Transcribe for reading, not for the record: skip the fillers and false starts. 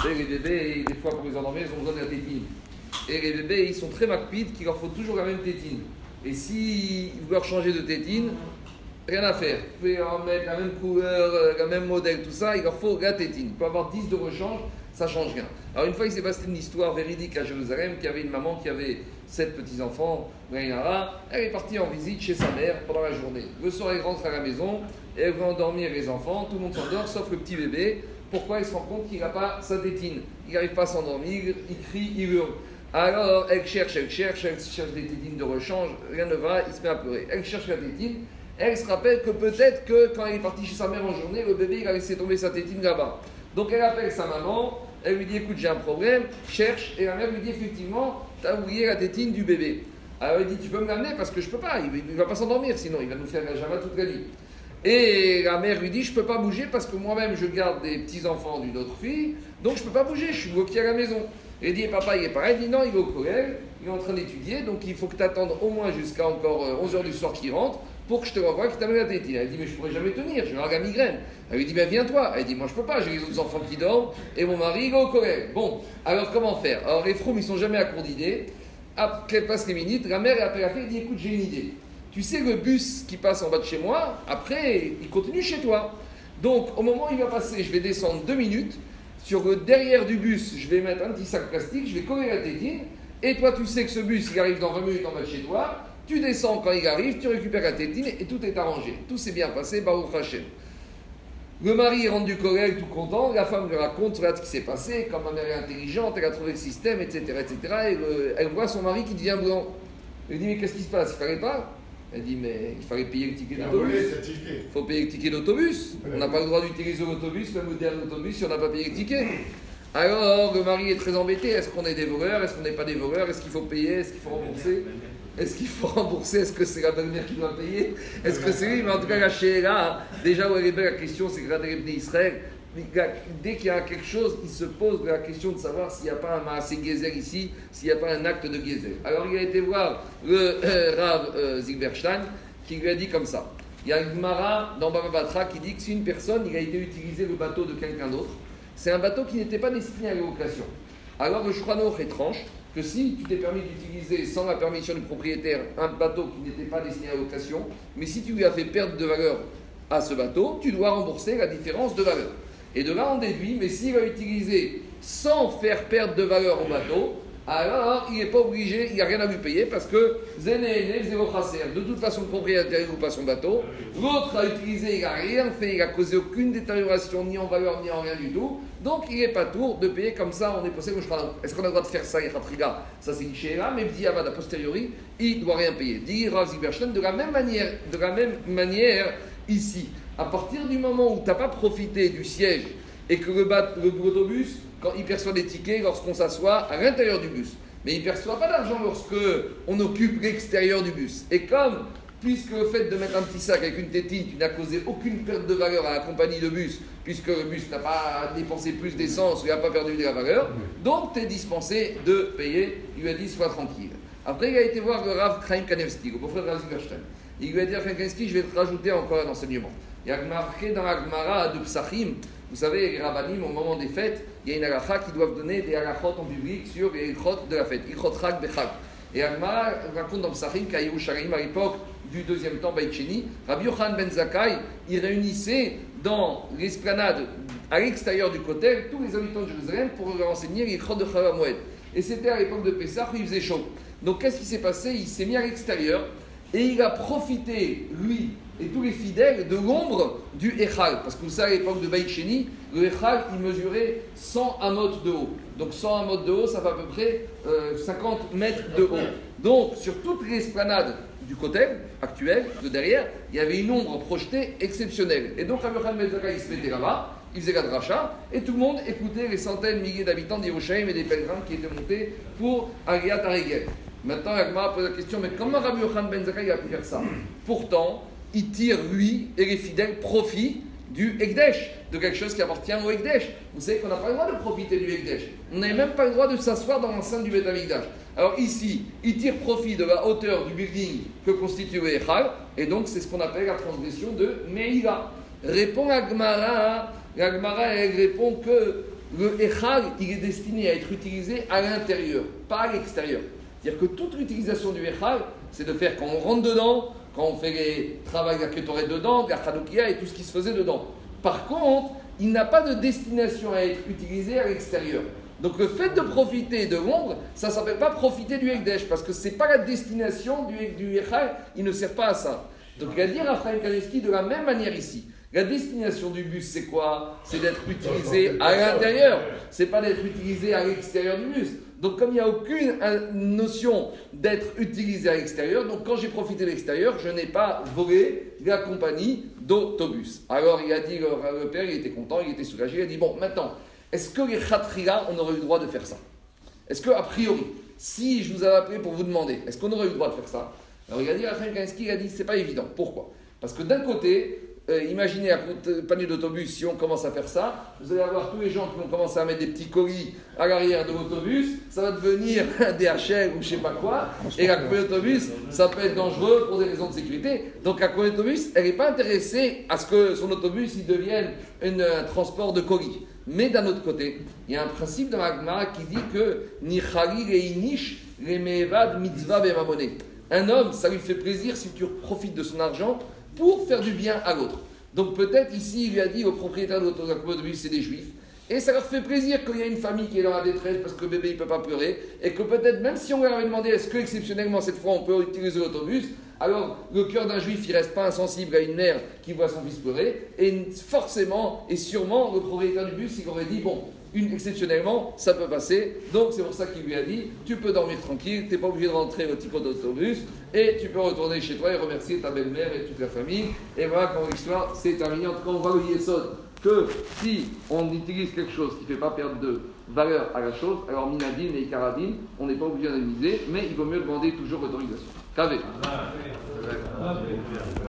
Et les bébés, des fois pour les endormir, ils ont besoin de la tétine. Et les bébés, ils sont très macpides qu'il leur faut toujours la même tétine. Et si vous leur changez de tétine, rien à faire. Vous pouvez leur mettre la même couleur, le même modèle, tout ça, il leur faut la tétine. Il peut y avoir 10 de rechange, ça ne change rien. Alors une fois, il s'est passé une histoire véridique à Jérusalem, qu'il y avait une maman qui avait 7 petits-enfants, elle est partie en visite chez sa mère pendant la journée. Le soir, elle rentre à la maison, et elle veut endormir les enfants, tout le monde s'endort, sauf le petit bébé. Pourquoi? Il se rend compte qu'il n'a pas sa tétine. Il n'arrive pas à s'endormir, il crie, il hurle. Alors, elle cherche des tétines de rechange, rien ne va, il se met à pleurer. Elle cherche la tétine, elle se rappelle que peut-être que quand elle est partie chez sa mère en journée, le bébé il a laissé tomber sa tétine là-bas. Donc elle appelle sa maman, elle lui dit écoute j'ai un problème, cherche, et la mère lui dit effectivement, tu as oublié la tétine du bébé. Alors elle dit tu peux me l'amener parce que je ne peux pas, il ne va pas s'endormir sinon, il va nous faire la java toute la nuit. Et la mère lui dit je ne peux pas bouger parce que moi-même je garde des petits-enfants d'une autre fille, donc je ne peux pas bouger, je suis bloqué à la maison. Elle dit papa il est pareil, il dit non il est au collège, il est en train d'étudier, donc il faut que tu attendes au moins jusqu'à encore 11h du soir qu'il rentre pour que je te renvoie, qu'il t'amène la tétine. Elle dit mais je ne pourrai jamais tenir, je vais avoir la migraine. Elle lui dit ben viens-toi. Elle dit moi je ne peux pas, j'ai les autres enfants qui dorment et mon mari il est au collège. Bon, alors comment faire? Alors les froums ils sont jamais à court d'idées. Après passe les minutes, la mère elle appelle la fille, elle dit écoute j'ai une idée. Tu sais le bus qui passe en bas de chez moi, après il continue chez toi. Donc au moment où il va passer, je vais descendre 2 minutes. Sur le derrière du bus, je vais mettre un petit sac plastique, je vais coller la tétine, et toi tu sais que ce bus il arrive dans 20 minutes en bas de chez toi, tu descends quand il arrive, tu récupères la tétine et tout est arrangé. Tout s'est bien passé, Baruch Hashem. Le mari rentre du collège tout content, la femme lui raconte ce qui s'est passé, comme ma mère est intelligente, elle a trouvé le système, etc. Et elle voit son mari qui devient blanc. Elle dit mais qu'est-ce qui se passe? Il ne fallait pas? Elle dit mais il fallait payer le ticket d'autobus. Il faut payer le ticket d'autobus. On n'a pas le droit d'utiliser l'autobus, même le dernier autobus, si on n'a pas payé le ticket. Alors le mari est très embêté. Est-ce qu'on est des voleurs? Est-ce qu'on n'est pas des voleurs? Est-ce qu'il faut payer? Est-ce qu'il faut rembourser? Est-ce qu'il faut rembourser? Est-ce que c'est la belle-mère qui doit payer? Est-ce que c'est lui? Mais en tout cas, la Sheila, déjà où elle est belle la question, c'est que d'Israël, dès qu'il y a quelque chose, il se pose la question de savoir s'il n'y a pas un Maasé Gezer ici, s'il n'y a pas un acte de Gezer. Alors il a été voir le Rav Zilberstein qui lui a dit comme ça. Il y a une Gemara dans Baba Batra qui dit que si une personne, il a été utilisé le bateau de quelqu'un d'autre, c'est un bateau qui n'était pas destiné à la location. Alors le Shulchan Aruch tranche que si tu t'es permis d'utiliser sans la permission du propriétaire un bateau qui n'était pas destiné à la location, mais si tu lui as fait perdre de valeur à ce bateau, tu dois rembourser la différence de valeur. Et de là, on déduit, mais s'il va utiliser sans faire perdre de valeur au bateau, alors il n'est pas obligé, il n'y a rien à lui payer parce que de toute façon, le propriétaire ne loue pas son bateau. L'autre a utilisé, il n'a rien fait, il n'a causé aucune détérioration, ni en valeur, ni en rien du tout. Donc il n'est pas tour de payer comme ça, on est possédé. Est-ce qu'on a le droit de faire ça, Yachatriga? Ça c'est une chéra, mais Bdiavad a posteriori, il ne doit rien payer. Dit Rav Zilberstein, de la même manière ici. À partir du moment où tu n'as pas profité du siège et que l'autobus, quand il perçoit des tickets lorsqu'on s'assoit à l'intérieur du bus, mais il ne perçoit pas d'argent lorsqu'on occupe l'extérieur du bus. Et comme, puisque le fait de mettre un petit sac avec une tétine, tu n'as causé aucune perte de valeur à la compagnie de bus, puisque le bus n'a pas dépensé plus d'essence, il n'a pas perdu de la valeur, donc tu es dispensé de payer. Il lui a dit sois tranquille. Après, il a été voir le Rav Chaim Kanevski, le beau-frère de Rav Zilberstein. Il lui a dit à Chaim Kanevski, je vais te rajouter encore un enseignement. Il y a marqué dans la Gemara de Psachim, vous savez, les rabbanim, au moment des fêtes, il y a une halakha qui doivent donner des halakhot en public sur les halachot de la fête, ikhot chag bechag. Et la Gemara raconte dans Psachim qu'à Yerushalayim, à l'époque du deuxième temps, Beit Sheni, Rabbi Yochanan ben Zakkai, il réunissait dans l'esplanade, à l'extérieur du Kotel, tous les habitants de Jérusalem pour leur enseigner les ikhot de Chag HaMoed. Et c'était à l'époque de Pessah où il faisait chaud. Donc qu'est-ce qui s'est passé? Il s'est mis à l'extérieur et il a profité, lui, et tous les fidèles de l'ombre du Echal. Parce que vous savez, à l'époque de Beit Sheni, le Echal, il mesurait 100 amot de haut. Donc 100 amot de haut, ça fait à peu près 50 mètres de haut. Donc sur toute l'esplanade du côté actuel, de derrière, il y avait une ombre projetée exceptionnelle. Et donc Rabbi Yochanan ben Zakkai, il se mettait là-bas, il faisait la dracha, et tout le monde écoutait les centaines, milliers d'habitants d'Yerushalayim et des pèlerins qui étaient montés pour Aliyat HaRegel. Maintenant, la Gemara pose la question, mais comment Rabbi Yochanan ben Zakkai a pu faire ça? Pourtant, il tire, lui et les fidèles, profit du Ekdesh, de quelque chose qui appartient au Ekdesh. Vous savez qu'on n'a pas le droit de profiter du Ekdesh. On n'a même pas le droit de s'asseoir dans l'enceinte du Beth Amikdash. Alors ici, il tire profit de la hauteur du building que constitue le Echal, et donc c'est ce qu'on appelle la transgression de Meïla. Répond la Gemara elle répond que le Echal, il est destiné à être utilisé à l'intérieur, pas à l'extérieur. C'est-à-dire que toute l'utilisation du Echal, c'est de faire quand on rentre dedans, quand on fait les travaux de la Ketoret dedans, de la Chanoukia et tout ce qui se faisait dedans. Par contre, il n'a pas de destination à être utilisé à l'extérieur. Donc le fait de profiter de l'ombre, ça ne s'appelle pas profiter du Ekdesh, parce que ce n'est pas la destination du Echal, il ne sert pas à ça. Donc il va dire à Raphaël Kaneski de la même manière ici. La destination du bus, c'est quoi? C'est d'être utilisé à l'intérieur, c'est pas d'être utilisé à l'extérieur du bus. Donc comme il n'y a aucune notion d'être utilisé à l'extérieur, donc quand j'ai profité de l'extérieur, je n'ai pas volé la compagnie d'autobus. Alors il a dit, le père, il était content, il était soulagé, il a dit, bon, maintenant, est-ce que les khatriga, on aurait eu le droit de faire ça? Est-ce qu'a priori, si je vous avais appelé pour vous demander, est-ce qu'on aurait eu le droit de faire ça? Alors il a dit, Raphaël Kaneski, il a dit, c'est pas évident. Pourquoi? Parce que d'un côté, imaginez à compagnie d'autobus, si on commence à faire ça, vous allez avoir tous les gens qui vont commencer à mettre des petits colis à l'arrière de l'autobus, ça va devenir un DHL ou je sais pas quoi, et la compagnie d'autobus, ça peut être dangereux pour des raisons de sécurité. Donc la compagnie d'autobus, elle n'est pas intéressée à ce que son autobus il devienne un transport de colis. Mais d'un autre côté, il y a un principe dans la Gemara qui dit que ni chali et inish les mevad mitzvah bemamoné. Un homme, ça lui fait plaisir si tu profites de son argent pour faire du bien à l'autre. Donc peut-être ici, il lui a dit au propriétaire de l'autobus, c'est des juifs, et ça leur fait plaisir qu'il y a une famille qui est dans la détresse parce que le bébé ne peut pas pleurer, et que peut-être même si on leur avait demandé est-ce que exceptionnellement cette fois on peut utiliser l'autobus, alors le cœur d'un juif il ne reste pas insensible à une mère qui voit son fils pleurer, et forcément et sûrement le propriétaire du bus il aurait dit bon, exceptionnellement ça peut passer, donc c'est pour ça qu'il lui a dit tu peux dormir tranquille, tu n'es pas obligé de rentrer au ticket d'autobus et tu peux retourner chez toi et remercier ta belle-mère et toute la famille. Et voilà comment l'histoire s'est terminée. En tout cas on voit le Yesod que si on utilise quelque chose qui ne fait pas perdre de valeur à la chose, alors Minadine et Ikaradine, on n'est pas obligé d'indemniser, mais il vaut mieux demander toujours l'autorisation. Kavé.